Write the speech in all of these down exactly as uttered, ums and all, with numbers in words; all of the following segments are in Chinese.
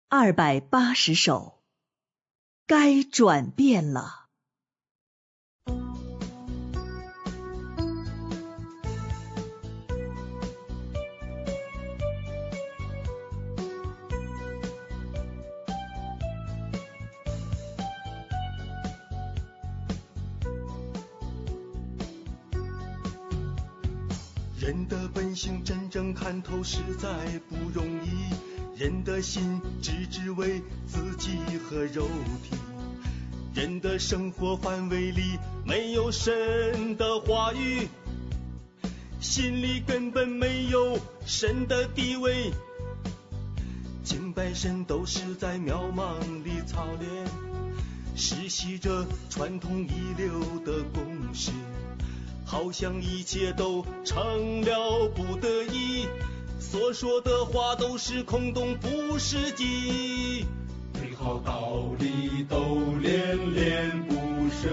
二百八十首，该转变了。 人的本性真正看透实在不容易，人的心只只为自己和肉体，人的生活范围里没有神的话语，心里根本没有神的地位，敬拜神都是在渺茫里操练，实习着传统遗留的公式，好像一切都成了不得已，所说的话都是空洞不实际， 对好道理都恋恋不舍，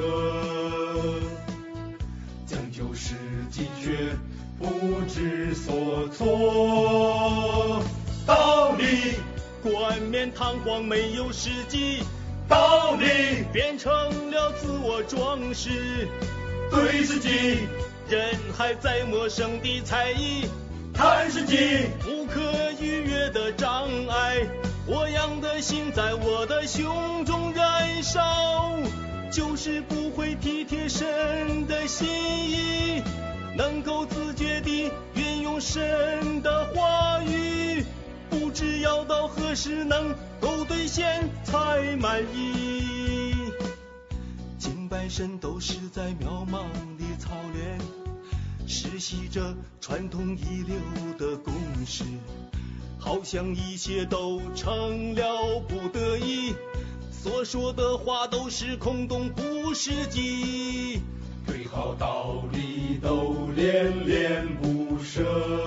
讲究实际却不知所措， 道理冠冕堂皇没有实际，道理变成了自我装饰，对自己人还在陌生的猜疑，看世界不可逾越的障碍，我样的心在我的胸中燃烧，就是不会体贴神的心意，能够自觉地运用神的话语，不知要到何时能够兑现才满意，敬拜神都是在渺茫里操练，实习着传统遗留的公式，好像一切都成了不得已，所说的话都是空洞不实际， 对好道理都恋恋不舍，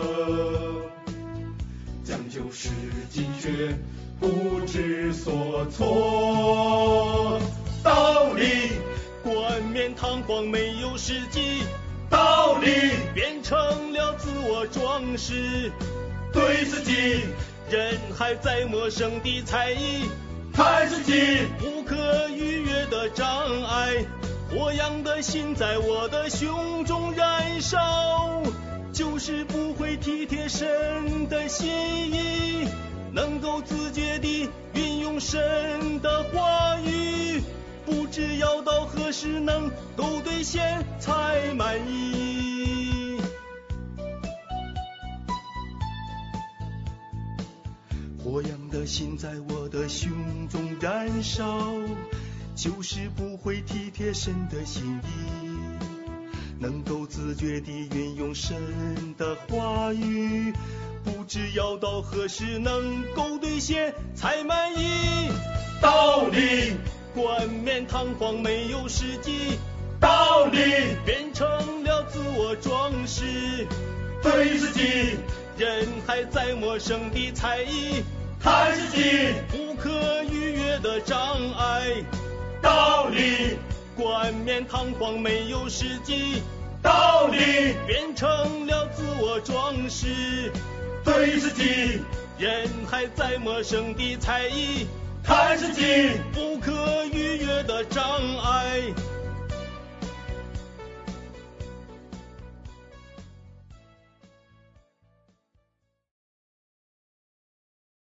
讲究实际却不知所措， 道理冠冕堂皇没有实际，道理变成了自我装饰，对自己人还在陌生的猜疑，看世界不可逾越的障碍，我样的心在我的胸中燃烧，就是不会体贴神的心意，能够自觉地运用神的话语，不知要到何时能够兑现才满意，火样的心在我的胸中燃烧，就是不会体贴神的心意，能够自觉地运用神的话语，不知要到何时能够兑现才满意，道理冠冕堂皇没有实际，道理变成了自我装饰，对自己人还在陌生的猜疑，看世界不可逾越的障碍，道理冠冕堂皇没有实际，道理变成了自我装饰，对自己人还在陌生的猜疑，看世界不可逾越的障碍，